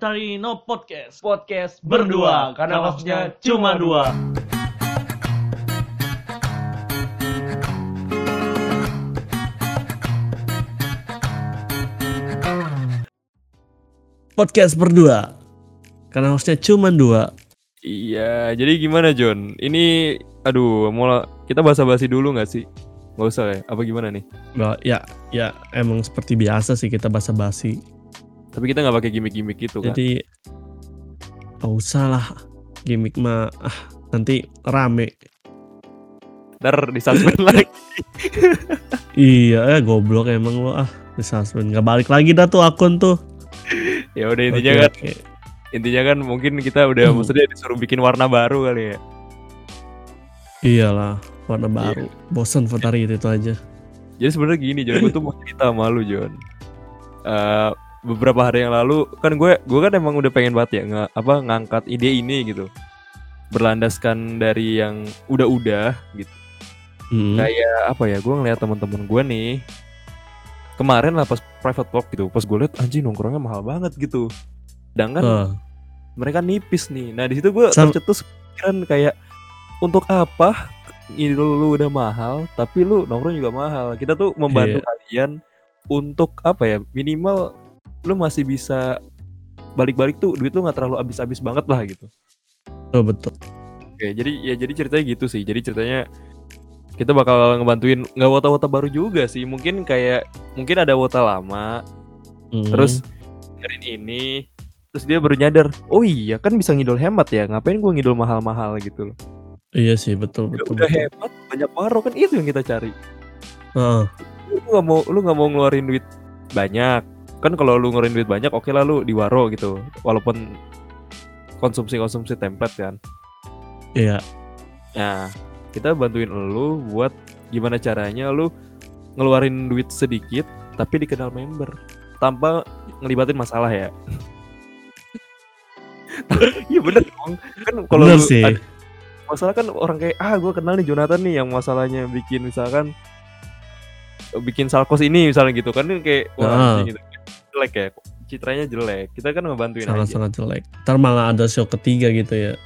Futari No Podcast. Podcast berdua, karena hostnya cuma dua. Podcast berdua, karena hostnya cuma dua. Iya, jadi gimana John? Ini, mau kita basa-basi dulu nggak sih? Nggak usah ya? Apa gimana nih? Nggak, ya emang seperti biasa sih kita basa-basi. Tapi kita nggak pakai gimmick-gimmick gitu kan? Jadi nggak usah lah, gimmick mah nanti rame. Ntar disuspend lagi. Iya, goblok emang lo disuspend. Nggak balik lagi dah tuh akun tuh. Ya udah intinya kan mungkin kita udah maksudnya disuruh bikin warna baru kali ya. Iyalah, warna baru. Bosan Futari itu aja. Jadi sebenarnya gini John, gue tuh mau cerita sama lu John. Beberapa hari yang lalu kan gue kan emang udah pengen banget ya ngangkat ide ini gitu, berlandaskan dari yang udah gitu. Kayak apa ya, gue ngeliat teman-teman gue nih kemarin lah pas private talk gitu, pas gue liat anjing nongkrongnya mahal banget gitu, sedangkan mereka nipis nih. Nah di situ gue tercetus pikiran kayak, untuk apa idol lu udah mahal tapi lu nongkrong juga mahal? Kita tuh membantu kalian untuk apa ya, minimal lu masih bisa balik-balik tuh duit lu nggak terlalu habis-habis banget lah gitu. Oh betul. Oke, jadi ceritanya gitu sih. Jadi ceritanya kita bakal ngebantuin nggak wota-wota baru juga sih. Mungkin ada wota lama, terus dengerin ini, terus dia baru nyadar, oh iya kan bisa ngidol hemat ya. Ngapain gua ngidol mahal-mahal gitu loh. Iya sih, betul. Udah hemat, banyak waro, kan itu yang kita cari. Lu nggak mau ngeluarin duit banyak. Kan kalau lu ngeluarin duit banyak, oke lah lu di waro gitu. Walaupun konsumsi template kan. Iya. Nah, kita bantuin lu buat gimana caranya lu ngeluarin duit sedikit tapi dikenal member tanpa ngelibatin masalah ya. Iya bener dong. Kan kalau lu ada masalah kan orang kayak gue kenal nih Jonathan nih yang masalahnya bikin salkos ini misalnya gitu kan, kayak gitu. Jelek ya, citranya jelek. Kita kan ngebantuin sangat jelek. Ntar malah ada show ketiga gitu ya.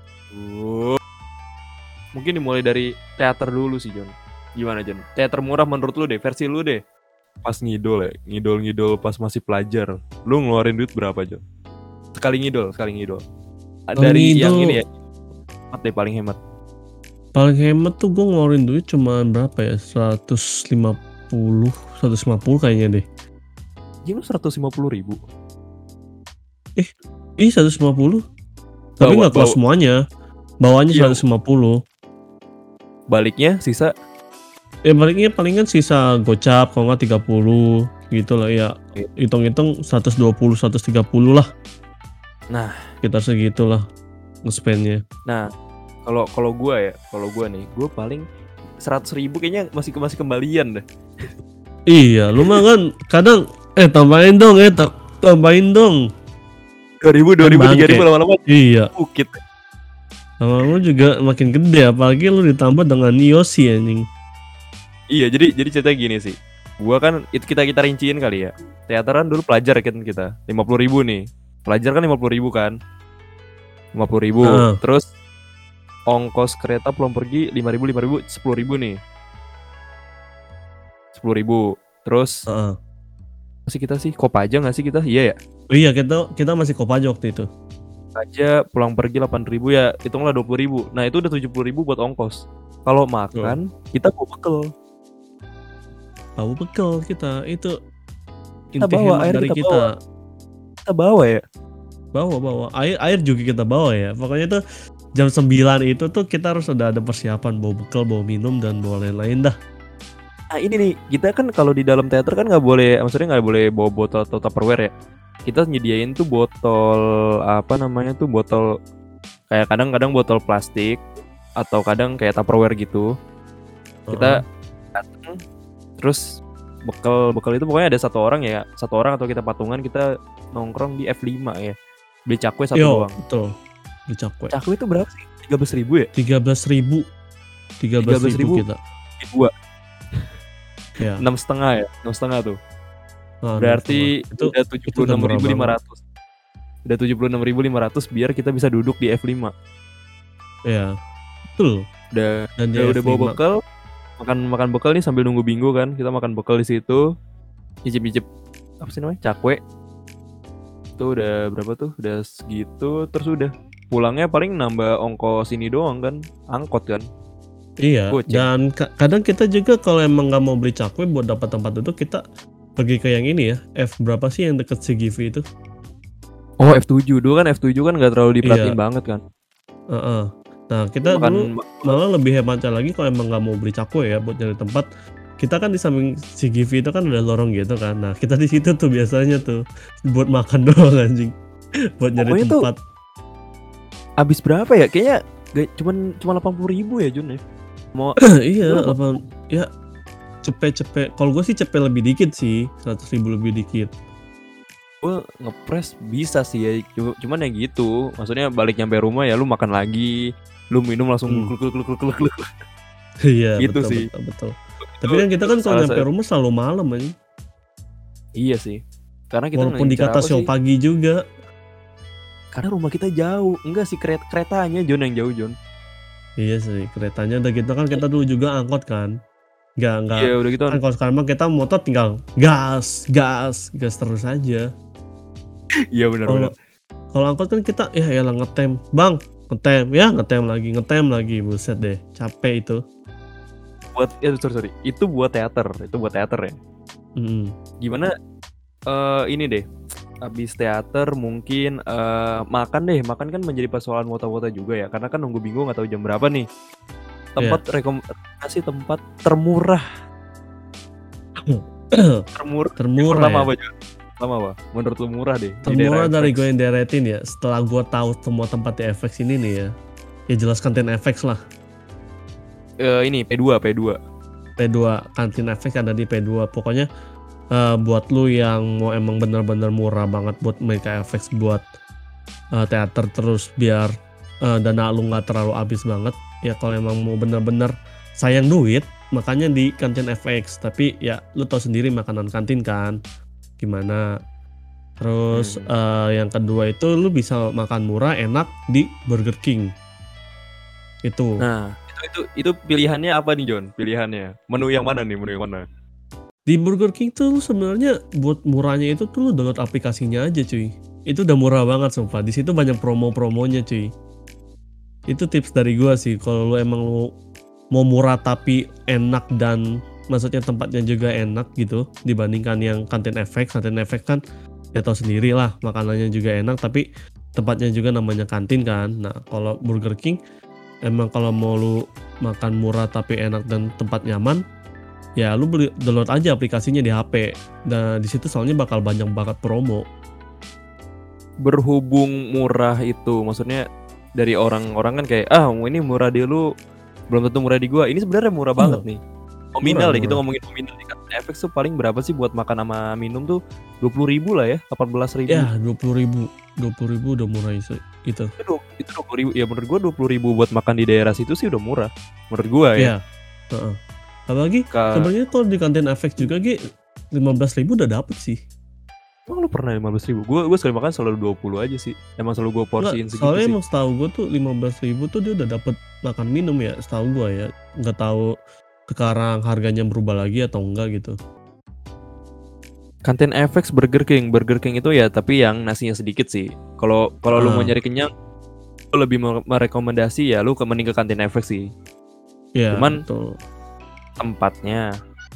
Mungkin dimulai dari teater dulu sih John. Gimana John? Teater murah menurut lu deh, versi lu deh. Pas ngidol pas masih pelajar, lu ngeluarin duit berapa John? Sekali ngidol. Dari yang ini ya, paling hemat. Paling hemat tuh gue ngeluarin duit cuma berapa ya? 150 kayaknya deh. Lu 150.000? 150? Tapi nggak keluar semuanya. Bawahnya 150. Baliknya sisa? Baliknya palingan sisa gocap, kalau nggak 30 gitu lah ya. Hitung-hitung 120, 130 lah. Nah, sekitar segitulah nge-spendnya. Nah, kalau gue nih, gue paling 100.000 kayaknya masih kembalian deh. Iya, lu mah kan kadang tambahin dong, tambahin dong. 2.000, 3.000 lama-lama. Iya. Bukit. Lama-lama juga makin gede, apalagi lu ditambah dengan Yosi anjing. Iya, jadi cerita gini sih. Gua kan itu kita rinciin kali ya. Teateran dulu pelajar kan kita, 50.000 nih. Pelajar kan 50.000 kan. 50.000. Terus ongkos kereta pulang pergi 5.000, 10.000 nih. 10.000. Terus masih kita sih Kopaja nggak sih kita? Iya ya. Iya, kita masih Kopaja waktu itu. Aja pulang pergi 8.000 ya, hitunglah 20.000. Nah itu udah 70.000 buat ongkos. Kalau makan kita bawa bekal. Kita itu kita bawa air dari kita. Kita bawa ya. Bawa air juga kita bawa ya. Pokoknya tuh jam 9 itu tuh kita harus udah ada persiapan bawa bekal, bawa minum dan bawa lain-lain dah. Nah ini nih, kita kan kalau di dalam teater kan nggak boleh bawa botol atau Tupperware ya. Kita nyediain tuh botol botol kayak kadang botol plastik atau kadang kayak Tupperware gitu. Kita datang, terus bekal itu pokoknya ada satu orang atau kita patungan, kita nongkrong di F5 ya. Beli cakwe satu doang. Betul. Beli cakwe. Cakwe itu berapa sih? 13.000 ya? 13.000 kita. Dua. Ya. 6,5 tuh. Berarti itu udah 76.500. udah 76.500 biar kita bisa duduk di F5. Iya, betul. Udah Dan di udah bawa F5 bekal, makan bekal nih sambil nunggu bingo kan. Kita makan bekal di situ. Icip-icip apa sih namanya? Cakwe. Itu udah berapa tuh? Udah segitu, terus udah pulangnya paling nambah ongkos ini doang kan, angkot kan. Iya, Goceng. dan kadang kita juga kalau emang nggak mau beli cakwe buat dapat tempat duduk, kita pergi ke yang ini ya, F berapa sih yang deket CGV itu? Oh F7 dulu kan, F7 kan nggak terlalu diperhatiin Iya. banget kan. Nah kita dulu malah lebih hematnya lagi kalau emang nggak mau beli cakwe ya buat nyari tempat. Kita kan di samping CGV itu kan ada lorong gitu kan. Nah kita di situ tuh biasanya tuh buat makan doang anjing, buat nyari Pokoknya tuh tempat. abis berapa ya? Kayaknya cuma 80.000 ya Jun ya. Mau Iya, Lu- ya cepet. Kalau gue sih cepet lebih dikit sih, 100.000 lebih dikit. gue ngepres bisa sih ya, cuman ya gitu. Maksudnya balik nyampe rumah ya lu makan lagi, lu minum langsung gluk. Iya, Gitu betul, sih. betul. Tapi kan kita kan kalau nyampe rumah selalu malam aja. Iya sih. Karena kita Walaupun dikata show pagi juga. Karena rumah kita jauh. Enggak sih, keretanya Jon yang jauh, Jon. Iya sih, keretanya udah gitu kan, kita dulu juga angkot kan. Enggak. Iya, udah gitu kan. Kalau sekarang mah kita motor tinggal gas terus aja. Iya benar. Kalau angkot kan kita ya lah ngetem. Bang, ngetem lagi. Buset deh, capek itu. Sorry. Itu buat teater ya. Gimana ini deh. Habis teater mungkin makan kan menjadi persoalan wota-wota juga ya, karena kan nunggu bingung nggak tahu jam berapa nih. Rekomendasi tempat termurah. Termurah Pertama ya? apa Jon? Pertama apa? Menurut lu murah deh. Termurah dari gue yang deretin ya, setelah gue tahu semua tempat di FX ini nih ya. Ya jelas kantin FX lah. Ini P2 kantin FX ada di P2. Pokoknya buat lu yang mau emang bener-bener murah banget buat mereka FX buat teater, terus biar dana lu nggak terlalu habis banget ya. Kalau emang mau bener-bener sayang duit, makanya di kantin FX. Tapi ya lu tau sendiri makanan kantin kan gimana. Terus yang kedua itu lu bisa makan murah enak di Burger King itu. Nah itu pilihannya apa nih Jon? Pilihannya menu yang mana? Di Burger King tuh lu sebenarnya buat murahnya itu tuh lu download aplikasinya aja cuy. Itu udah murah banget sumpah. Di situ banyak promo-promonya cuy. Itu tips dari gua sih. Kalau lu emang lu mau murah tapi enak dan maksudnya tempatnya juga enak gitu dibandingkan yang kantin FX. Kantin FX kan ya tau sendiri lah, makanannya juga enak tapi tempatnya juga namanya kantin kan. Nah kalau Burger King emang kalau mau lu makan murah tapi enak dan tempat nyaman, ya lu download aja aplikasinya di HP. Dan di situ soalnya bakal banyak banget promo. Berhubung murah itu, maksudnya dari orang-orang kan kayak ini murah di lu, belum tentu murah di gua. Ini sebenarnya murah banget nih. Nominal deh, kita ngomongin nominal di kantin FX tuh paling berapa sih buat makan sama minum tuh? 20.000 lah ya, 18.000. Ya 20.000 udah murah itu. Itu 20.000 ya, menurut gua 20.000 buat makan di daerah situ sih udah murah menurut gua ya. Apalagi sebenarnya kalau di kantin FX juga 15.000 udah dapet sih. Emang lu pernah 15.000? Gue sekali makan selalu 20 aja sih. Emang selalu gue porsiin segitu soalnya sih. Emang setahu gue tuh 15.000 tuh dia udah dapet makan minum ya, setahu gue ya. Nggak tahu sekarang harganya berubah lagi atau enggak gitu. Kantin FX Burger King itu ya, tapi yang nasinya sedikit sih. Kalau lu mau nyari kenyang, lu lebih merekomendasi ya lu mending ke kantin FX sih. Iya. Cuman betul. Tempatnya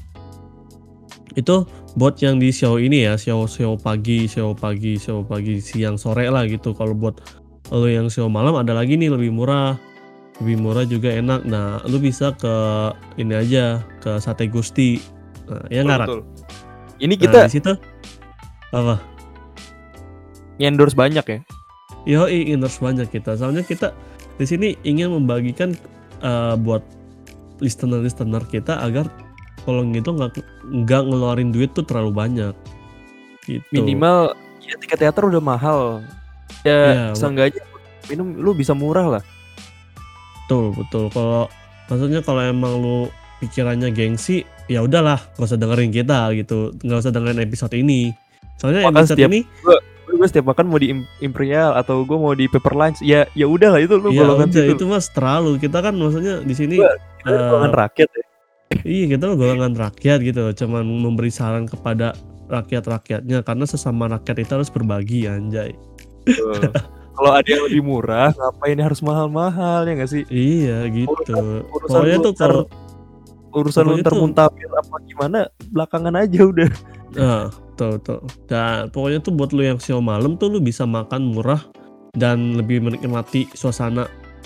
itu buat yang di show ini ya, show pagi, siang, sore lah gitu. Kalau buat lo yang show malam ada lagi nih lebih murah juga enak. Nah lu bisa ke ini aja, ke Sate Gusti. Nah, ya nggak? Ini kita di situ apa? Endorse banyak ya? Endorse banyak kita. Soalnya kita di sini ingin membagikan buat listener kita agar kalau gitu nggak ngeluarin duit tuh terlalu banyak. Gitu. Minimal ya tiket teater udah mahal. Ya seenggaknya minum lu bisa murah lah. Betul. Kalau emang lu pikirannya gengsi, ya udahlah, gak usah dengerin kita gitu, nggak usah dengerin episode ini. Soalnya episode ini gue gue setiap makan mau di Imperial atau gue mau di Pepper Lunch. Ya udah lah, itu lu Ya golongan udah, situ. itu mas terlalu. Kita kan maksudnya di sini Kita golongan rakyat ya. iya, kita golongan rakyat gitu, cuman memberi saran kepada rakyat-rakyatnya, karena sesama rakyat itu harus berbagi, anjay. Kalau ada yang lebih murah, ngapain harus mahal-mahal, ya nggak sih? Iya gitu. Urusan Pokoknya lu tuh kalau urusan lu pokoknya ntar tuh muntaber apa gimana belakangan aja udah. tuh. Dan pokoknya tuh buat lu yang siang malam tuh lu bisa makan murah dan lebih menikmati suasana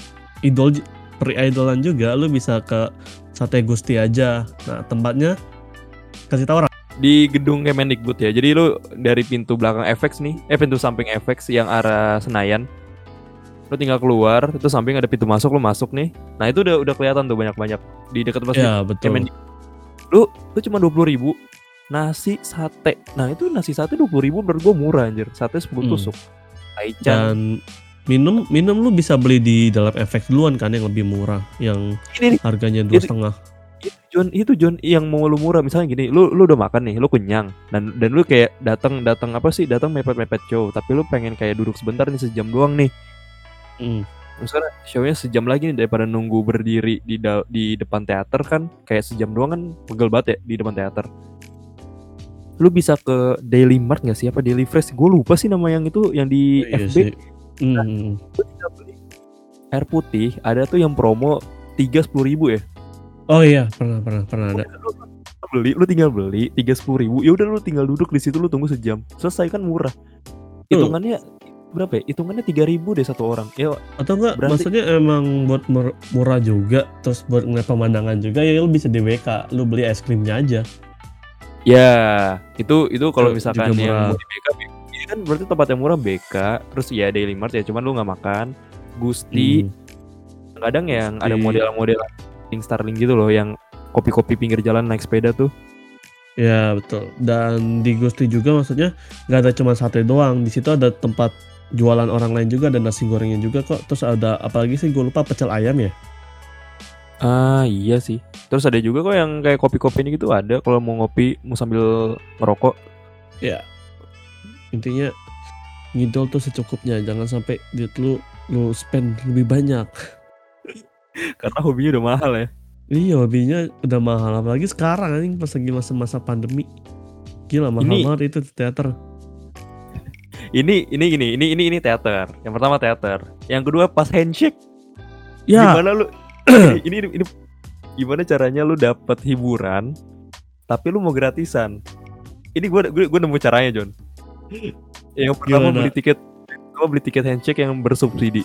peridolan juga. Lu bisa ke Sate Gusti aja. Nah, tempatnya kasih tahu orang. Di gedung Kemendikbud ya. Jadi lu dari pintu belakang FX nih, pintu samping FX yang arah Senayan. Lu tinggal keluar, itu samping ada pintu masuk, lu masuk nih. Nah, itu udah kelihatan tuh banyak-banyak di dekat masjid. Ya, betul. Lu cuma 20.000 nasi sate. Nah, itu nasi sate 20.000 menurut gua murah anjir. Sate 10 tusuk. Dan minum lu bisa beli di dalam FX duluan kan, yang lebih murah, yang harganya 2,5. Itu John yang mau lu murah. Misalnya gini, lu udah makan nih, lu kenyang dan lu kayak datang mepet-mepet show, tapi lu pengen kayak duduk sebentar nih, sejam doang nih. Misalnya show-nya sejam lagi nih, daripada nunggu berdiri di depan teater kan, kayak sejam doang kan pegel banget ya di depan teater. Lu bisa ke Daily Mart nggak sih, apa Daily Fresh, gue lupa sih nama yang itu, yang di FB. Nah, lu tinggal beli air putih, ada tuh yang promo 10.000 ya. Oh iya, pernah ada. Lu tinggal beli 10.000, ya udah lu tinggal duduk di situ, lu tunggu sejam, selesai kan, murah. Hitungannya berapa ya? Hitungannya 3.000 deh satu orang. Ya, atau enggak maksudnya emang buat murah juga, terus buat ngeliat pemandangan juga, ya lu bisa di WK, lu beli es krimnya aja. Ya, itu kalau misalkan yang mau di BK, ini kan berarti tempat yang murah BK, terus ya Daily Mart ya, cuman lu nggak makan. Gusti, kadang yang ada model-model Starling gitu loh, yang kopi-kopi pinggir jalan naik sepeda tuh. Ya betul. Dan di Gusti juga maksudnya nggak ada cuma sate doang, di situ ada tempat jualan orang lain juga, ada nasi gorengnya juga kok. Terus ada apalagi sih, gue lupa, pecel ayam ya. Iya sih. Terus ada juga kok yang kayak kopi-kopi ini gitu, ada kalau mau ngopi, mau sambil ngerokok. Ya, intinya ngidol tuh secukupnya, jangan sampai duit lu spend lebih banyak. Karena hobinya udah mahal ya. Iya, hobinya udah mahal, apalagi sekarang anjing pas lagi masa-masa pandemi. Gila, mahal banget itu teater. Ini teater. Yang pertama teater. Yang kedua pas handshake. Ya. Gimana lu ini gimana caranya lu dapat hiburan tapi lu mau gratisan? Ini gue nemu caranya, John. Yang pertama beli tiket handshake yang bersubsidi.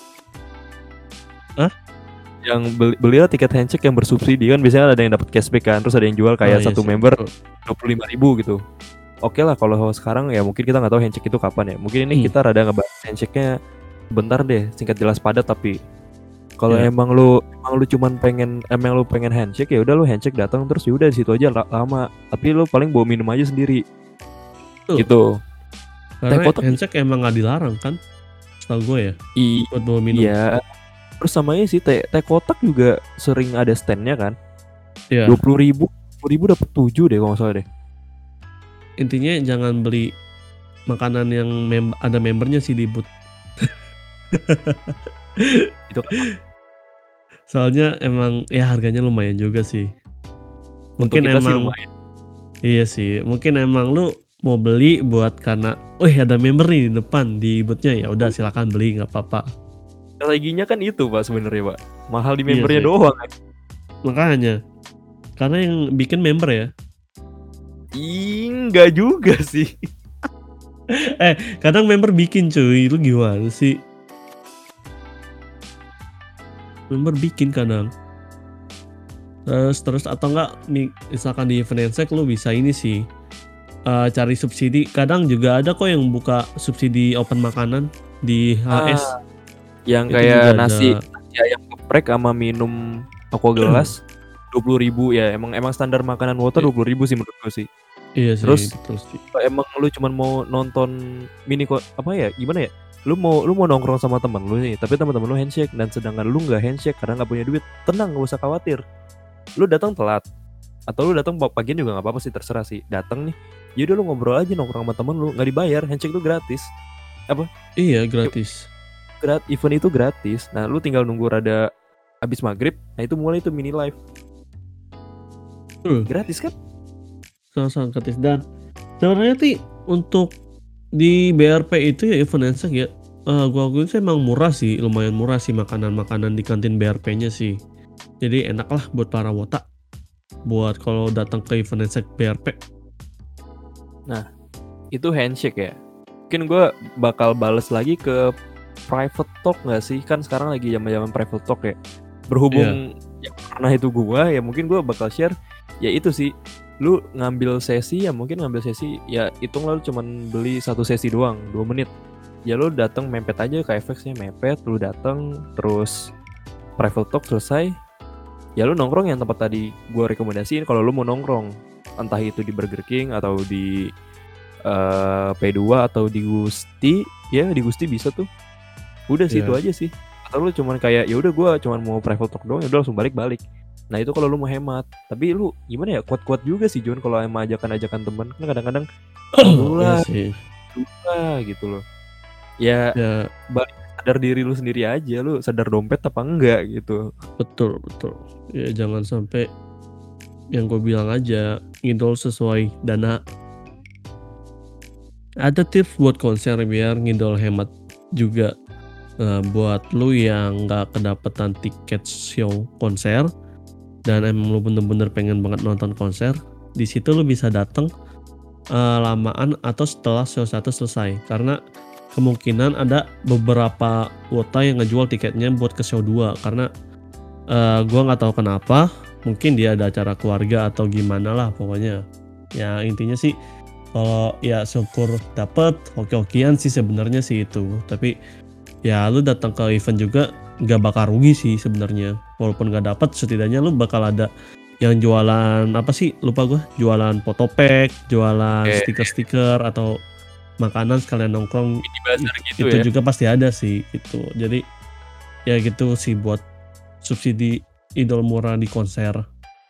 Yang belilah tiket handshake yang bersubsidi, kan biasanya ada yang dapat cashback kan, terus ada yang jual kayak satu member 25.000 gitu. Oke lah, kalau sekarang ya mungkin kita nggak tahu handshake itu kapan ya. Mungkin ini kita rada ngebahas handshake-nya bentar deh, singkat jelas padat. Tapi kalau emang lu cuman pengen handshake, ya udah lu handshake datang terus ya udah di situ aja lama. Tapi lu paling bawa minum aja sendiri. Gitu. Karena handshake emang nggak dilarang kan? Setahu gue ya. Buat bawa minum. Iya. Terus samanya sih teh kotak juga sering ada standnya kan. 20.000 dapat 7 deh kalau nggak salah deh. Intinya jangan beli makanan yang ada membernya sih di booth. Itu kan. Soalnya emang ya harganya lumayan juga sih. Mungkin emang iya sih, mungkin emang lu mau beli buat karena ada member nih di depan di boothnya, ya udah silakan beli, nggak apa-apa. Strateginya kan itu Pak sebenarnya, Pak. Mahal di membernya doang. Makanya. Karena yang bikin member ya. Enggak juga sih. Kadang member bikin cuy, lu gimana sih? Member bikin kadang. Terus atau enggak misalkan di event handshake lu bisa ini sih. Cari subsidi. Kadang juga ada kok yang buka subsidi open makanan di HS. Yang kayak nasi ayam geprek sama minum aqua gelas 20.000 ya. Emang standar makanan water 20.000 sih menurut gue sih. Iya sih. Terus emang lu cuman mau nonton gimana ya? Lu mau nongkrong sama teman lu nih, tapi teman-teman lu handshake dan sedangkan lu nggak handshake karena nggak punya duit. Tenang, nggak usah khawatir. Lu datang telat atau lu datang pagian juga nggak apa-apa sih, terserah sih. Datang nih, yaudah lu ngobrol aja, nongkrong sama temen lu, nggak dibayar, handshake itu gratis. Apa? Iya, gratis. Event itu gratis. Nah, lu tinggal nunggu rada habis maghrib. Nah, itu mulai tuh mini live. Gratis kan? Sangat gratis. Dan sebenarnya sih untuk di BRP itu ya event Ensek ya, gua akuin sih emang murah sih, lumayan murah sih makanan-makanan di kantin BRP-nya sih. Jadi enak lah buat para wota buat kalau datang ke event Ensek BRP. Nah, itu handshake ya. Mungkin gue bakal bales lagi ke private talk nggak sih? Kan sekarang lagi zaman-zaman private talk ya. Berhubung yang pernah itu gue, ya mungkin gue bakal share. Ya itu sih, lu ngambil sesi ya mungkin ngambil sesi ya hitung lu cuman beli 1 sesi doang 2 menit. Ya lu datang mepet aja ke FX-nya, mepet, lu datang terus private talk selesai. Ya lu nongkrong yang tempat tadi gue rekomendasiin kalau lu mau nongkrong, entah itu di Burger King atau di P2 atau di Gusti. Ya di Gusti bisa tuh. Udah sih itu aja sih. Atau lu cuman kayak ya udah gue cuman mau private talk doang, ya udah langsung balik. Nah itu kalau lu mau hemat. Tapi lu gimana ya, kuat-kuat juga sih John kalau emang ajakan teman. Kan kadang-kadang lah gitu loh. Ya balik sadar diri lu sendiri aja, lu sadar dompet apa enggak gitu. Betul. Ya jangan sampai yang gue bilang aja, ngidol sesuai dana. Ada tips buat konser biar ngidol hemat juga. Buat lu yang nggak kedapetan tiket show konser dan emang lu bener-bener pengen banget nonton konser, di situ lu bisa datang lamaan atau setelah show 1 selesai, karena kemungkinan ada beberapa wota yang ngejual tiketnya buat ke show 2 karena gua nggak tahu kenapa, mungkin dia ada acara keluarga atau gimana lah pokoknya. Ya intinya sih kalau ya syukur dapet, oke-okean sih sebenarnya sih itu. Tapi ya lu datang ke event juga nggak bakal rugi sih sebenarnya. Walaupun nggak dapet, setidaknya lu bakal ada yang jualan apa sih, lupa gue, jualan fotopack, jualan stiker-stiker atau makanan sekalian nongkrong gitu, itu ya? Juga pasti ada sih gitu. Jadi ya gitu sih buat subsidi idol murah di konser.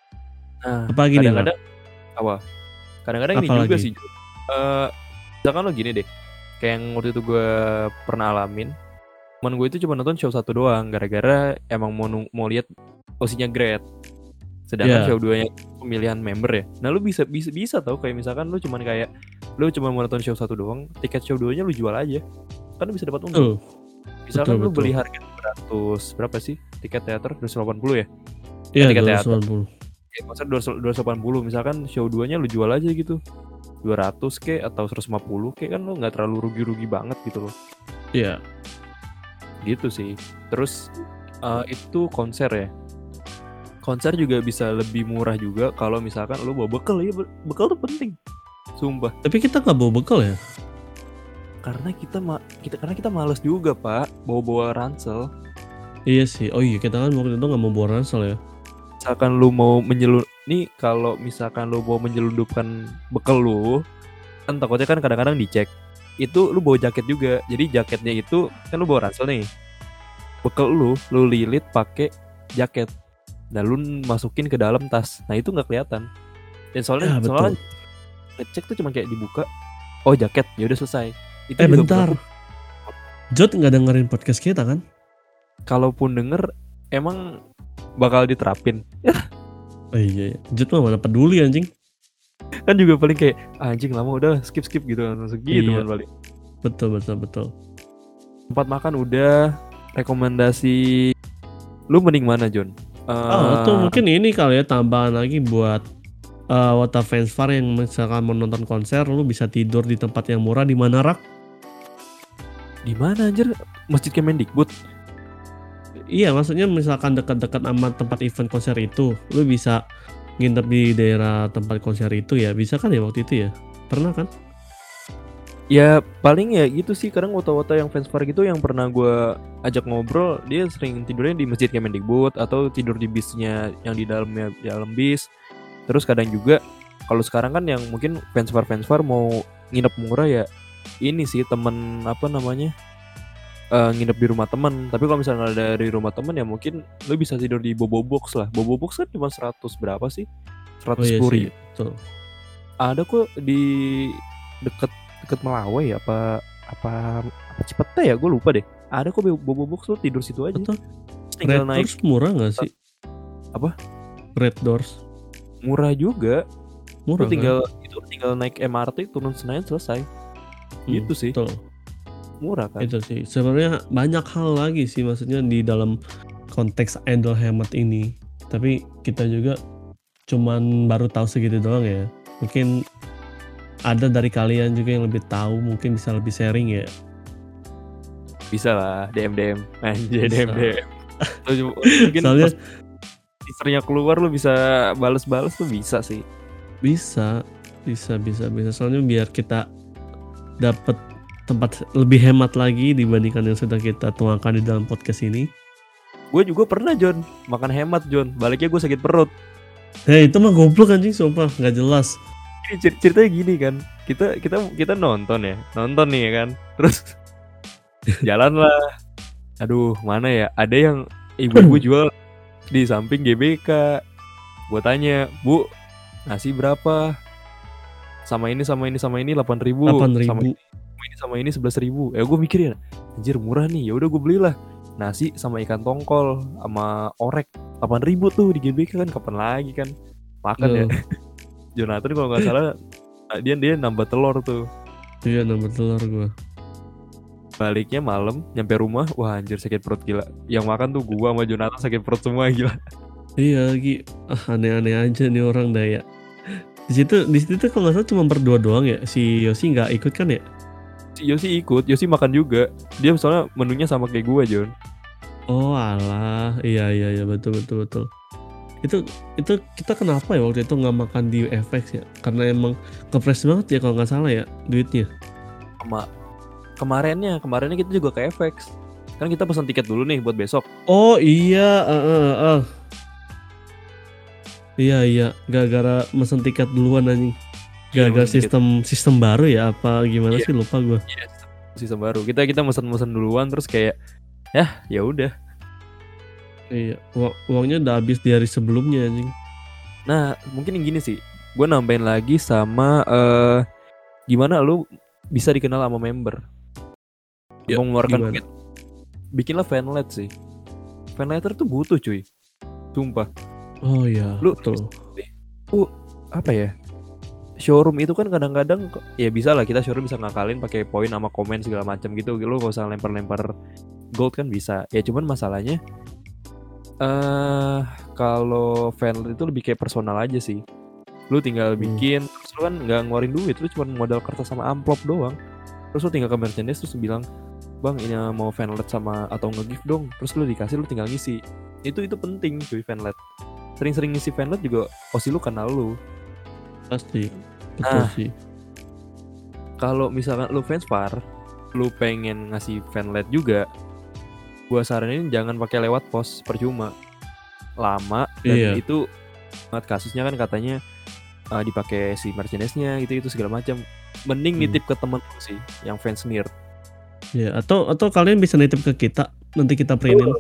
Apa gini lah? Kadang-kadang ini juga sih. Misalkan lo gini deh, kayak yang waktu itu gue pernah alamin. Temen gue itu cuma nonton show 1 doang, gara-gara emang mau lihat posisinya grade. Sedangkan show 2-nya pemilihan member ya. Nah lu bisa tau kayak misalkan lu cuma mau nonton show 1 doang, tiket show 2-nya lu jual aja. Kan lu bisa dapat untung. Misalkan lu beli harga 200, berapa sih tiket teater? 280 ya? Iya, tiket 280. Teater. Ya, konser 280, misalkan show 2-nya lu jual aja gitu. 200 ke atau 150 ke, kan lu nggak terlalu rugi banget gitu loh. Iya. Gitu sih. Terus itu konser ya. Konser juga bisa lebih murah juga kalau misalkan lu bawa bekal ya. Bekal tuh penting. Sumpah. Tapi kita nggak bawa bekal ya? Karena kita males juga Pak bawa ransel. Iya sih. Oh iya, kita kan waktu itu nggak mau bawa ransel ya. Misalkan lu mau kalau misalkan lu mau menyelundupkan bekal lu, kan takutnya kan kadang-kadang dicek. Itu lu bawa jaket juga. Jadi jaketnya itu kan lu bawa ransel nih. Bekal lu lilit pakai jaket. Nah lu masukin ke dalam tas. Nah itu nggak kelihatan. Dan soalnya ngecek tuh cuma kayak dibuka. Oh jaket, ya udah selesai. Itu bentar. Jod nggak dengerin podcast kita kan? Kalaupun denger, emang bakal diterapin. Oh iya. Jod mah mana peduli anjing. Kan juga paling kayak anjing lama udah skip gitu kan, segitu kan balik. Betul. Tempat makan udah, rekomendasi lu mending mana John? Tuh mungkin ini kali ya, tambahan lagi buat Wota Fansfar yang misalkan mau nonton konser, lu bisa tidur di tempat yang murah. Di mana Rak? Di mana anjir? Masjid Kemendikbud. Iya, maksudnya misalkan dekat-dekat sama tempat event konser itu, lu bisa nginep di daerah tempat konser itu ya, bisa kan ya waktu itu ya? Pernah kan? Ya paling ya gitu sih, kadang wota-wota yang Fansfar gitu yang pernah gue ajak ngobrol, dia sering tidurnya di Masjid Kemendikbud atau tidur di bisnya yang di dalam bis. Terus kadang juga kalau sekarang kan yang mungkin Fansfar mau nginep murah ya, ini sih temen nginep di rumah temen. Tapi kalau misalnya dari rumah temen ya mungkin lu bisa tidur di Bobo Box lah. Bobo Box kan cuma 100 berapa sih? 110 ribu. Ada kok di deket Melawai apa Cipete ya, gue lupa deh. Ada kok Bobo Box, lu tidur situ aja. Atau Tinggal Red naik. Doors murah nggak sih? Apa? Red Doors Murah juga. murah Lu tinggal naik MRT turun Senayan selesai. Gitu sih. Betul. Murah kan. Itu sih sebenarnya banyak hal lagi sih, maksudnya di dalam konteks idol hemat ini, tapi kita juga cuman baru tahu segitu doang ya. Mungkin ada dari kalian juga yang lebih tahu, mungkin bisa lebih sharing ya. Bisa lah, DM anjir, Bisa. DM. Mungkin Soalnya teasernya keluar lu bisa bales tuh bisa sih. bisa soalnya biar kita dapat tempat lebih hemat lagi dibandingkan yang sudah kita tuangkan di dalam podcast ini. Gue juga pernah John makan hemat John, baliknya gue sakit perut. Itu mah goblok anjing, sumpah nggak jelas. Ini ceritanya gini kan, kita nonton nih ya kan, terus jalan lah. Aduh mana ya, ada yang ibu-ibu jual di samping GBK. Gue tanya, Bu, nasi berapa? Sama ini 8.000. Sama ini 11.000. Gue mikir ya, anjir murah nih. Ya udah gue belilah nasi sama ikan tongkol sama orek 8.000 tuh di GBK kan. Kapan lagi kan makan ya. Jonathan kalau nggak salah dia nambah telur tuh. Iya, nambah telur gue. Baliknya malam nyampe rumah, wah anjir sakit perut gila. Yang makan tuh gua sama Jonathan sakit perut semua gila. Iya lagi, aneh-aneh aja nih orang daya. Di situ kalau nggak salah cuma berdua doang ya. Si Yosi nggak ikut kan ya? Si Yosi ikut, Yosi makan juga. Dia soalnya menunya sama kayak gua Jon. Oh alah, iya betul. Itu kita kenapa ya waktu itu nggak makan di FX ya? Karena emang kepres banget ya kalau nggak salah ya duitnya. Kemarinnya kita juga ke FX. Kan kita pesan tiket dulu nih buat besok. Oh iya, Iya, gara-gara mesen tiket duluan anjing. Gara-gara sistem baru ya apa gimana sih, lupa gue. Iya, sistem baru. Kita mesen duluan terus kayak ya udah. Iya, uangnya udah habis di hari sebelumnya anjing. Nah, mungkin yang gini sih. Gue nambahin lagi sama gimana lu bisa dikenal sama member. Mau mengeluarkan duit. Bikinlah fanlet sih. Fanletter tuh butuh cuy. Sumpah. Oh iya, betul. Apa ya? Showroom itu kan kadang-kadang ya bisa lah kita showroom bisa ngakalin pakai poin sama komen segala macam gitu. Lu gak usah lempar-lempar gold kan bisa. Ya cuman masalahnya kalau fanlet itu lebih kayak personal aja sih. Lu tinggal bikin, terus lu kan nggak ngeluarin duit, lu cuma modal kertas sama amplop doang. Terus lu tinggal ke merchandise terus bilang, Bang ini mau fanlet sama atau nge-gift dong. Terus lu dikasih, lu tinggal ngisi. Itu penting cuy fanlet. Sering-sering ngisi fanlet juga Osi lu kenal lu. Pasti. Betul sih. Kalau misalkan lu fanspar, lu pengen ngasih fanlet juga, gua saranin jangan pakai lewat pos, percuma. Lama dan itu banget kasusnya kan katanya dipakai si merchandise-nya gitu segala macam. Mending nitip ke temen lu sih yang fans nir. Ya, atau kalian bisa nitip ke kita, nanti kita printin.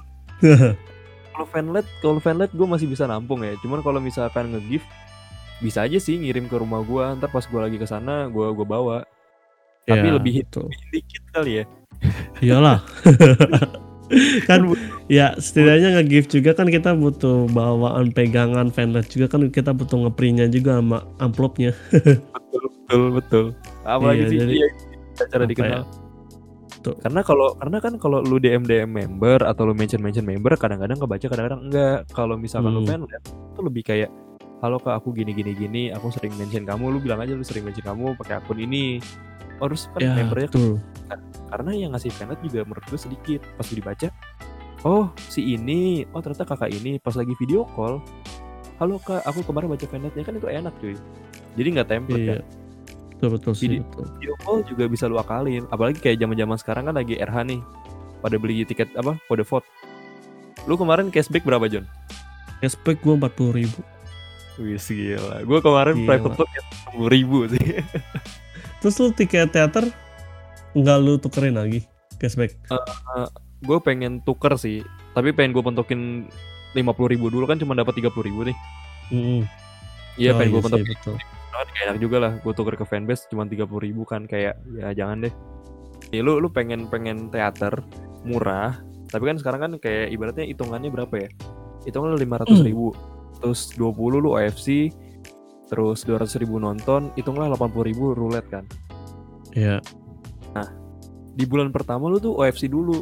Kalau fanlet gue masih bisa nampung ya. Cuman kalau misalkan nge-gift bisa aja sih ngirim ke rumah gue. Ntar pas gue lagi kesana gue bawa. Tapi lebih dikit kali ya. Iyalah. Kan ya setidaknya nge-gift juga kan kita butuh bawaan pegangan fanlet juga kan, kita butuh ngeprintnya juga sama amplopnya. Betul. Apalagi sih jadi, cara dikenal. Karena kalau lu DM member atau lu mention member kadang-kadang kebaca kadang-kadang enggak. Kalau misalkan lu fanlet itu lebih kayak halo Kak aku gini aku sering mention kamu, lu bilang aja lu sering mention kamu pakai akun ini. Harus kan membernya kan. Karena yang ngasih fanlet juga menurut gue sedikit. Pas dibaca, oh si ini, oh ternyata kakak ini. Pas lagi video call, halo Kak aku kemarin baca fanletnya, kan itu enak cuy. Jadi nggak template kan. Betul sih. Video call juga bisa lu akalin. Apalagi kayak zaman sekarang kan lagi RH nih. Pada beli tiket kode vote. Lu kemarin cashback berapa John? Cashback gue 40.000. Wih gila. Gue kemarin private vote 10.000 sih. Terus lu tiket teater nggak lu tukerin lagi cashback? Gue pengen tuker sih. Tapi pengen gue pentokin 50.000 dulu kan cuma dapat 30.000 nih. Iya pengen gue pentokin. Kan kayak enak juga lah gue tuker ke fanbase cuma 30.000 kan kayak ya jangan deh. Ya lu pengen teater murah, tapi kan sekarang kan kayak ibaratnya hitungannya berapa ya? Hitungan 500.000, terus 20 lu OFC, terus 200.000 nonton, hitunglah 80.000 roulette kan. Iya. Nah, di bulan pertama lu tuh OFC dulu.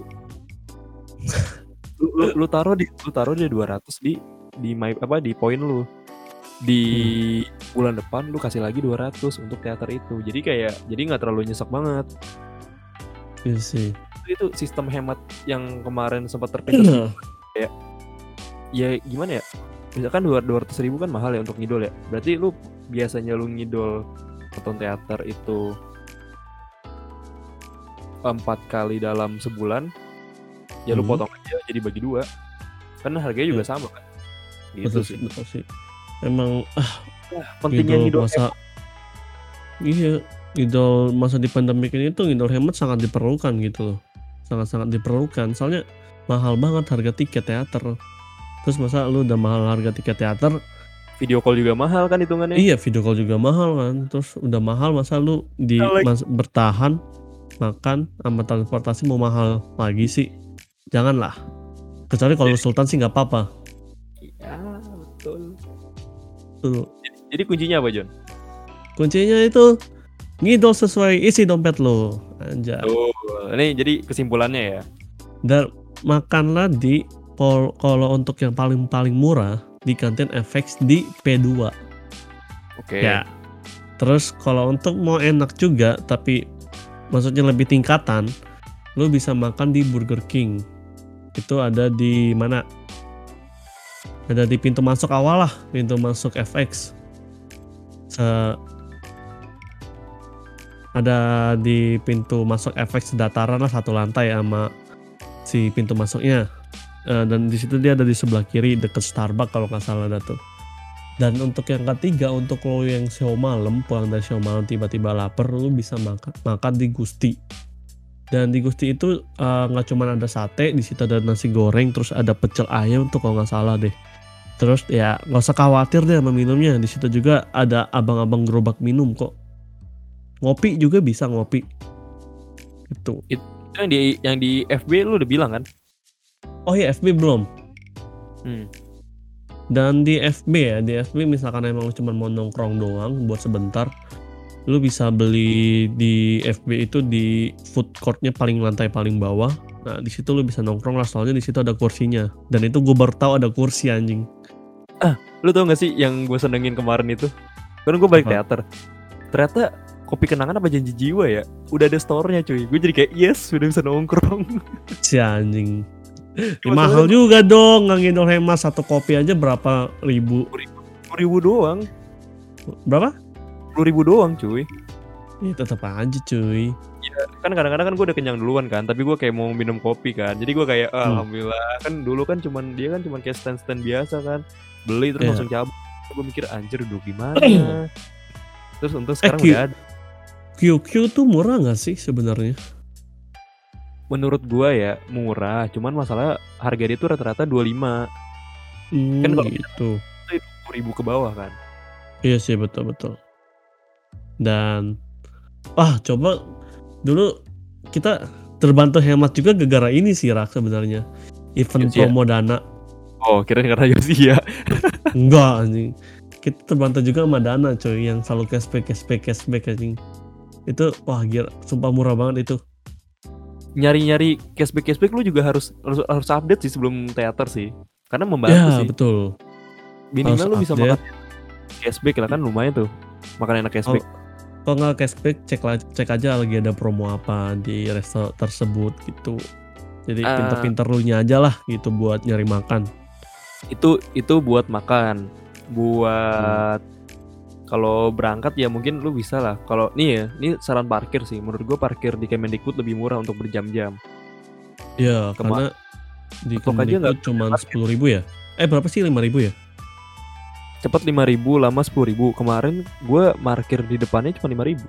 lu taruh di 200 di poin lu. Di bulan depan lu kasih lagi 200 untuk teater itu. Jadi nggak terlalu nyesek banget. Iya sih. Itu sistem hemat yang kemarin sempat terpikir kayak ya gimana ya? Misalkan 200.000 kan mahal ya untuk ngidol ya. Berarti lu biasanya lu ngidol nonton teater itu 4 kali dalam sebulan, ya lu potong aja jadi bagi 2. Karena harganya juga sama kan. Gitu sih. Betul sih. Emang pentingnya ngidol masa iya, ngidol masa di pandemik ini tuh ngidol hemat sangat diperlukan gitu loh. Sangat-sangat diperlukan. Soalnya mahal banget harga tiket teater. Terus masa lu udah mahal harga tiket teater, video call juga mahal kan hitungannya. Iya, video call juga mahal kan. Terus udah mahal masa lu bertahan makan sama transportasi mau mahal lagi sih. Janganlah. Kecuali kalau Sultan sih nggak apa-apa. Iya, betul. Tuh. Jadi kuncinya apa, John? Kuncinya itu ngidol sesuai isi dompet lo. Anjay. Ini jadi kesimpulannya ya. Dan makanlah di kalau untuk yang paling murah di kantin FX di P2. Oke. Ya. Terus kalau untuk mau enak juga tapi maksudnya lebih tingkatan, lo bisa makan di Burger King. Itu ada di mana? Ada di pintu masuk awal lah, pintu masuk FX. Ada di pintu masuk FX dataran lah, 1 lantai sama si pintu masuknya. Dan di situ dia ada di sebelah kiri deket Starbucks kalau nggak salah ada tuh. Dan untuk yang ketiga, untuk lo yang show malam, pulang dari show malam tiba-tiba lapar, lo bisa makan di Gusti. Dan di Gusti itu nggak cuma ada sate, di situ ada nasi goreng, terus ada pecel ayam tuh kalau nggak salah deh. Terus ya nggak usah khawatir deh sama minumnya, di situ juga ada abang-abang gerobak minum kok. Ngopi juga bisa ngopi. Itu. Itu yang di FB lu udah bilang kan? Oh iya, FB belum. Dan di FB misalkan emang lu cuma mau nongkrong doang buat sebentar, lu bisa beli di FB itu di food courtnya lantai paling bawah. Nah di situ lu bisa nongkrong lah, soalnya di situ ada kursinya. Dan itu gue baru tahu ada kursi, anjing. Lu tau gak sih yang gue senengin kemarin itu? Karena gue balik teater. Ternyata Kopi Kenangan apa Janji Jiwa ya? Udah ada store-nya cuy. Gue jadi kayak yes, udah bisa nongkrong. Si anjing. Mahal juga dong, nggak ngidol hemat, 1 kopi aja berapa ribu? 10.000 doang. Berapa? 10.000 doang cuy. Ya tetap aja cuy. Ya, kan kadang-kadang kan gue udah kenyang duluan kan, tapi gue kayak mau minum kopi kan. Jadi gue kayak alhamdulillah, kan dulu kan dia kan cuman kayak stand biasa kan. Beli terus langsung cabut. Gue mikir anjir dulu gimana. Terus untuk sekarang udah ada. QQ tuh murah gak sih sebenarnya? Menurut gua ya murah, cuman masalah harga dia tuh rata-rata 25. Kan kalau gitu. Itu 20.000 ke bawah kan. Iya sih, betul. Dan coba dulu kita terbantu hemat juga gara-gara ini sih Rak sebenarnya. Event promo Dana. Oh, kirain karena Yosia. Enggak anjing. Kita terbantu juga sama Dana coy, yang selalu cashback anjing. Itu gila, sumpah murah banget itu. Nyari cashback lu juga harus update sih sebelum teater sih, karena membantu sih. Ya betul. Minimal lu bisa makan cashback lah kan, lumayan tuh makan enak cashback. Kalau nggak cashback cek aja lagi ada promo apa di resto tersebut gitu. Jadi pinter-pinter lu nya aja lah gitu buat nyari makan. Itu buat makan. Buat kalau berangkat ya mungkin lu bisa lah. Kalau ini saran parkir sih. Menurut gue parkir di Kemendikbud lebih murah untuk berjam-jam. Ya, karena di Kemendikbud cuma 10.000 ya? Berapa sih, 5.000 ya? Cepet 5.000, lama 10.000. Kemarin gue parkir di depannya cuma 5.000.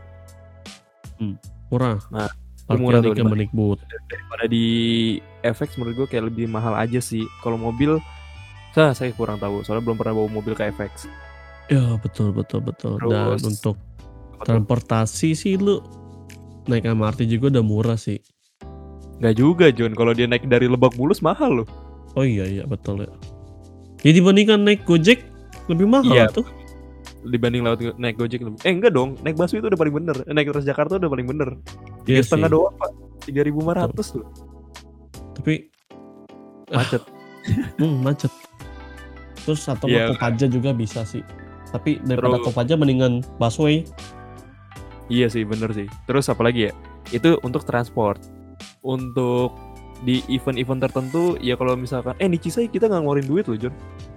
Murah. Nah, parkir murah di Kemendikbud. Daripada di FX menurut gue kayak lebih mahal aja sih. Kalau mobil saya kurang tahu, soalnya belum pernah bawa mobil ke FX. Ya betul. Terus, dan untuk transportasi sih lu naik MRT juga udah murah sih. Nggak juga John, kalau dia naik dari Lebak Bulus mahal loh. Oh iya betul ya. Jadi dibandingkan naik Gojek lebih mahal Iya. tuh. Dibanding naik Gojek lebih. Enggak dong, naik busway itu udah paling bener. Naik Transjakarta udah paling bener. Iya 3,5 sih. doang Pak. 3.500 loh. Tapi Macet. macet. Terus atau Iya. Kopaja juga bisa sih. Tapi daripada Terus- Kopaja mendingan busway. Iya sih, bener sih. Terus apa lagi ya? Itu untuk transport. Untuk di event-event tertentu ya kalau misalkan Nichisai kita nggak ngeluarin duit loh John.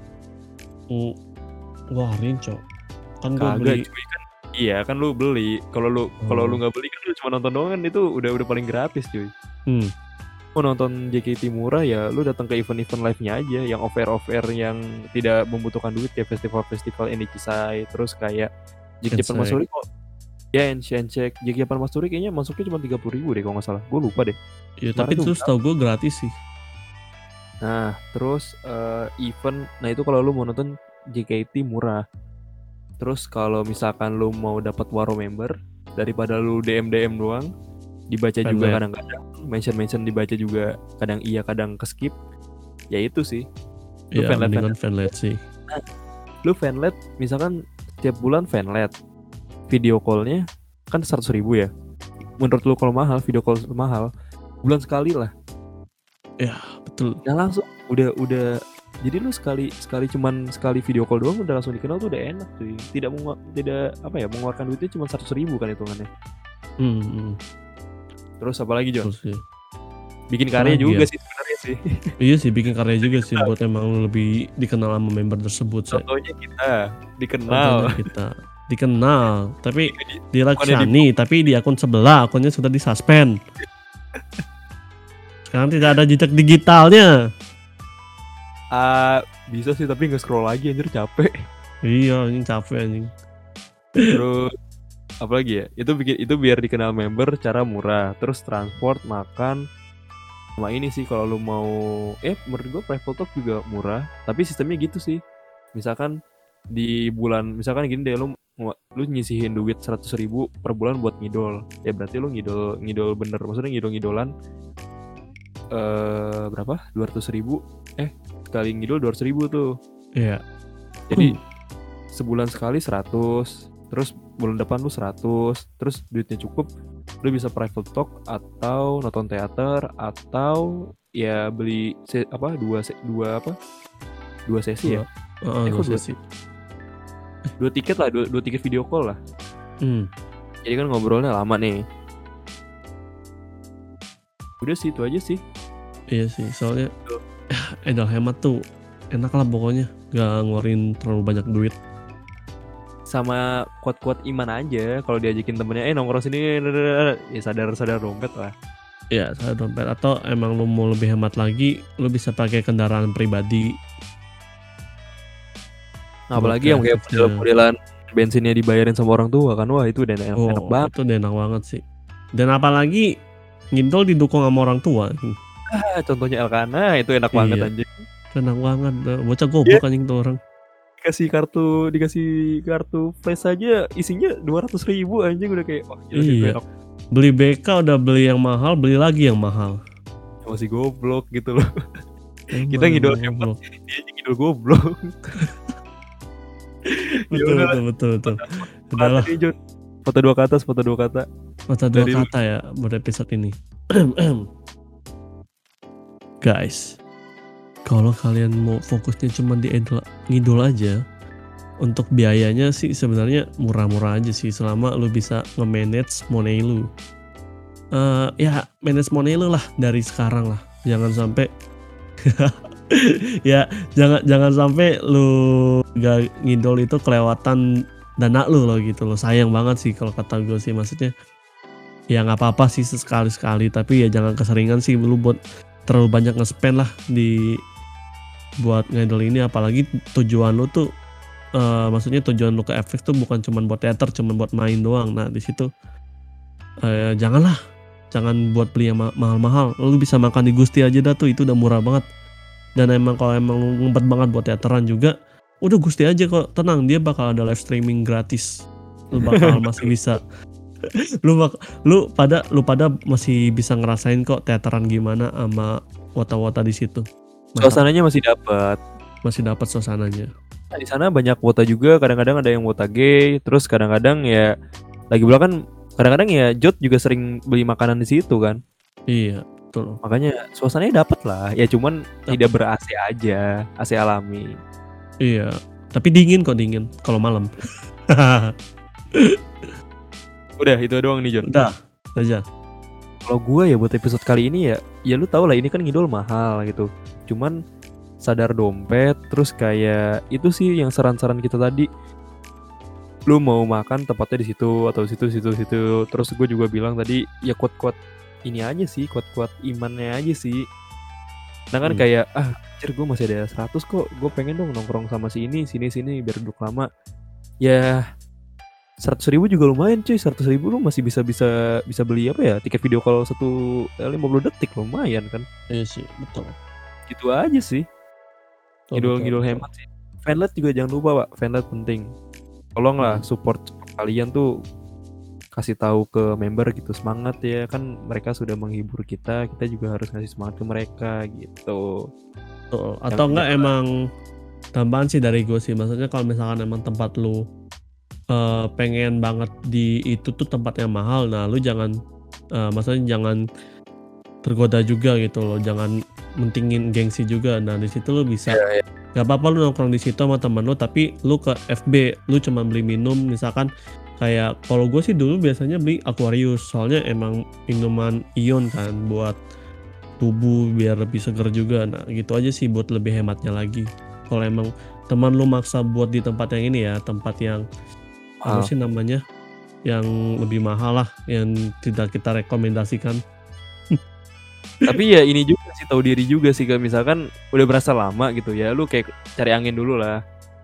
Ngeluarin cok. Kan gue Kagak beli. cuy kan. Iya kan lu beli. Kalau lu nggak beli kan lu cuma nonton doang kan, itu udah paling gratis cuy. Mau nonton JKT murah ya lu datang ke event-event live-nya aja yang offer yang tidak membutuhkan duit kayak festival-festival Nichisai, terus kayak JKT Japan Matsuri kok. Ya Enshenchek, JKT Japan Matsuri kayaknya masuknya cuma 30.000 deh kalau nggak salah. Gue lupa deh. Ya tapi terus tau gue gratis sih. Nah terus event, nah itu kalau lu mau nonton JKT murah. Terus kalau misalkan lu mau dapat Waro member, daripada lu DM doang, dibaca juga kadang-kadang, mention dibaca juga kadang iya kadang ke skip. Ya itu sih. Lu fanlet sih. Nah, lu fanlet misalkan setiap bulan fanlet, video call-nya kan 100.000 ya. Menurut lu kalau mahal, video call mahal, bulan sekali lah. Ya betul. Nah langsung udah jadi lu sekali video call doang udah langsung dikenal tuh udah enak tuh. Tidak mengeluarkan duitnya cuma 100.000 kan hitungannya. Terus apa lagi John? Bikin karya juga sih sebenarnya sih. Iya sih, bikin karya juga sih buat emang lebih dikenal sama member tersebut. Contohnya kita dikenal, tapi di Lakshani, tapi di akun sebelah akunnya sudah disuspend. Sekarang tidak ada jejak digitalnya. Bisa sih tapi nggak scroll lagi anjir, capek. Iya, ini capek anjing. Terus apa lagi ya? Itu biar dikenal member cara murah. Terus transport, makan, sama ini sih kalau lu mau menurut gue private talk juga murah, tapi sistemnya gitu sih. Misalkan di bulan, misalkan gini deh, lu nyisihin duit 100.000 per bulan buat ngidol. Ya berarti lu ngidol bener, maksudnya ngidol-ngidolan berapa? 200.000. Sekali ngidol 200.000 tuh. Iya. Jadi sebulan sekali 100, terus bulan depan lu 100, terus duitnya cukup, lu bisa private talk atau nonton teater atau ya beli dua sesi ya. Dua sesi. 2 tiket lah, 2 tiket video call lah. Jadi kan ngobrolnya lama nih. Udah sih itu aja sih. Iya sih, soalnya idol hemat tuh enak lah pokoknya, gak ngeluarin terlalu banyak duit. Sama kuat-kuat iman aja kalau diajakin temennya nongkrong sini, ya sadar dompet lah. Ya sadar dompet, atau emang lu mau lebih hemat lagi, lu bisa pakai kendaraan pribadi. Apalagi yang kayak modelan bensinnya dibayarin sama orang tua kan, wah itu udah enak banget. Itu udah enak banget sih. Dan apalagi ngidol didukung sama orang tua. Contohnya Elkana itu enak banget anjing. Enak banget, bocah goblok anjing tuh orang. Dikasih kartu flash aja isinya 200.000 anjing, udah kayak enak. Beli BK udah beli yang mahal, beli lagi yang mahal. Masih goblok gitu loh. Kita ngidol hemat, dia ngidol goblok. Betul. Udahlah. Foto 2 kata. Foto 2 kata ya buat episode ini. Guys, kalau kalian mau fokusnya cuma di ngidol aja, untuk biayanya sih sebenarnya murah-murah aja sih, selama lu bisa nge-manage money lu. Ya manage money lu lah dari sekarang lah. Jangan sampai ya jangan sampai lu gak ngidol itu kelewatan dana lu loh gitu loh. Sayang banget sih kalau kata gue sih, maksudnya ya nggak apa-apa sih sekali-sekali, tapi ya jangan keseringan sih lu buat terlalu banyak nge-spend lah buat ngidol ini. Apalagi tujuan lu tuh maksudnya tujuan lu ke FX tuh bukan cuma buat teater, cuma buat main doang. Nah di situ jangan buat beli yang mahal-mahal. Lu bisa makan di Gusti aja dah tuh, itu udah murah banget. Dan emang kalau emang lu ngebet banget buat teateran juga, udah Gusti aja kok, tenang, dia bakal ada live streaming gratis. Lu bakal masih bisa Lu pada masih bisa ngerasain kok teateran gimana sama wota-wota di situ. Suasananya masih dapat suasananya. Nah, di sana banyak wota juga, kadang-kadang ada yang wota gay, terus kadang-kadang ya lagi pula kan kadang-kadang ya Jot juga sering beli makanan di situ kan. Iya, betul. Makanya suasananya dapet lah. Ya cuman tidak ber-AC aja, AC alami. Iya, tapi dingin kalau malam. Udah itu doang nih Jon. Udah aja. Kalau gue ya buat episode kali ini ya lu tau lah ini kan ngidol mahal gitu. Cuman sadar dompet, terus kayak itu sih yang saran-saran kita tadi. Lu mau makan tempatnya di situ atau situ. Terus gue juga bilang tadi ya kuat-kuat ini aja sih, kuat-kuat imannya aja sih. Nah kan kayak anjir gue masih ada 100 kok, gue pengen dong nongkrong sama si ini, sini biar duduk lama. Ya 100.000 juga lumayan cuy, 100.000 lu masih bisa beli apa ya, tiket video call 50 detik lumayan kan. Iya sih, betul. Gitu aja sih. Ngidol hemat sih. Fanlet juga jangan lupa Pak, fanlet penting. Tolonglah support kalian tuh, kasih tahu ke member gitu, semangat ya kan, mereka sudah menghibur kita juga harus ngasih semangat ke mereka gitu. Atau enggak emang tambahan sih dari gue sih, maksudnya kalau misalkan emang tempat lu pengen banget di itu tuh tempat yang mahal, nah lu jangan maksudnya jangan tergoda juga gitu loh, jangan mentingin gengsi juga. Nah di situ lu bisa gak apa-apa lu nongkrong di situ sama temen lu, tapi lu ke FB lu cuma beli minum, misalkan kayak kalau gue sih dulu biasanya beli Aquarius, soalnya emang minuman ion kan buat tubuh biar lebih seger juga. Nah gitu aja sih buat lebih hematnya lagi. Kalau emang teman lu maksa buat di tempat yang ini ya, tempat yang apa sih namanya, yang lebih mahal lah, yang tidak kita rekomendasikan. Tapi ya ini juga sih, tahu diri juga sih, kalau misalkan udah berasa lama gitu ya, lu kayak cari angin dulu lah.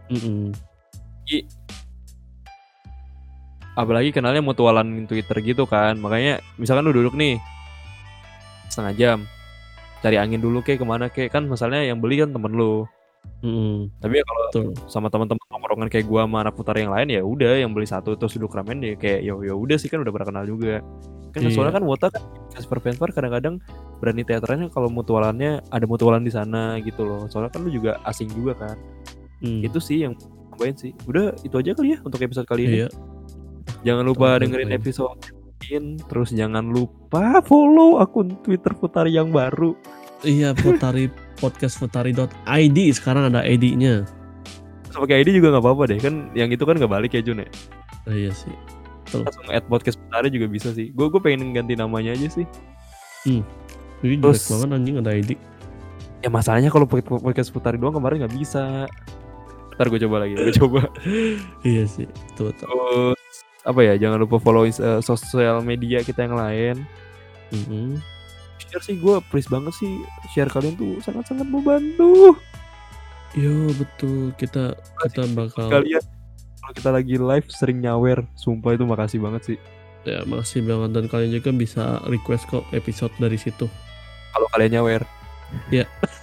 Apalagi kenalnya mutualan Twitter gitu kan, makanya misalkan lu duduk nih setengah jam, cari angin dulu kayak kemana kayak, kan masalahnya yang beli kan temen lu. Tapi ya kalau sama teman-teman tongkrongan kayak gua sama anak putar yang lain, ya udah yang beli satu terus duduk ramen ya kayak ya udah sih, kan udah pernah kenal juga kan. Soalnya kan wota kan Vesper kadang-kadang berani teaterannya kalau mutualannya ada mutualan di sana gitu loh, soalnya kan lu juga asing juga kan. Itu sih yang tambahin sih. Udah itu aja kali ya untuk episode kali ini. Jangan lupa dengerin episode ini, terus jangan lupa follow akun Twitter Futari yang baru. Iya, Futari podcast futari.id, sekarang ada ID-nya. Pakai ID juga nggak apa-apa deh, kan yang itu kan nggak balik ya Jun ya. Iya sih. Langsung @podcast Futari juga bisa sih. Gue pengen ganti namanya aja sih. Jadi jelek banget anjing ada ID. Ya masalahnya kalau podcast Futari doang kemarin nggak bisa. Ntar gue coba lagi. Iya sih, betul. Apa ya, jangan lupa follow sosial media kita yang lain. Share sih, gue please banget sih, share kalian tuh sangat-sangat membantu. Yo betul, kita bakal kalian kalau kita lagi live sering nyawer, sumpah itu makasih banget sih. Ya makasih banget, dan kalian juga bisa request kok episode dari situ kalau kalian nyawer. Ya.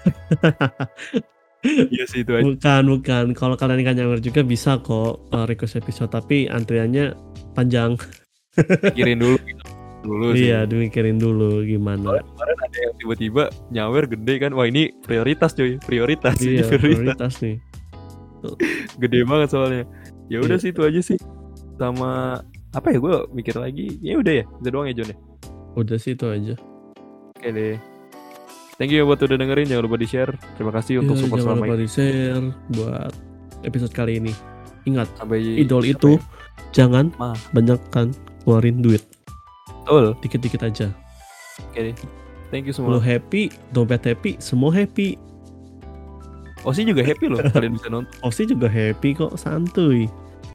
Iya sih itu aja. Bukan, kalau kalian kan nyawer juga bisa kok request episode, tapi antriannya panjang. Pikirin dulu gitu. Iya, dimikirin dulu gimana. Kemarin ada yang tiba-tiba nyawer gede kan, wah ini prioritas cuy, prioritas. Iya, prioritas nih. Gede banget soalnya. Ya udah sih itu aja sih. Sama apa ya, gue mikir lagi. Ya udah ya, itu doang ya Jon ya. Udah sih itu aja. Oke deh. Thank you buat udah dengerin, jangan lupa di-share. Terima kasih untuk support selama ini. Jangan lupa di-share buat episode kali ini. Ingat, sampai idol itu jangan banyakkan keluarin duit. Betul. Dikit-dikit aja. Oke deh. Thank you semua. Lu happy, dompet happy, semua happy. Osi juga happy loh, kalian bisa nonton. Osi juga happy kok, santuy.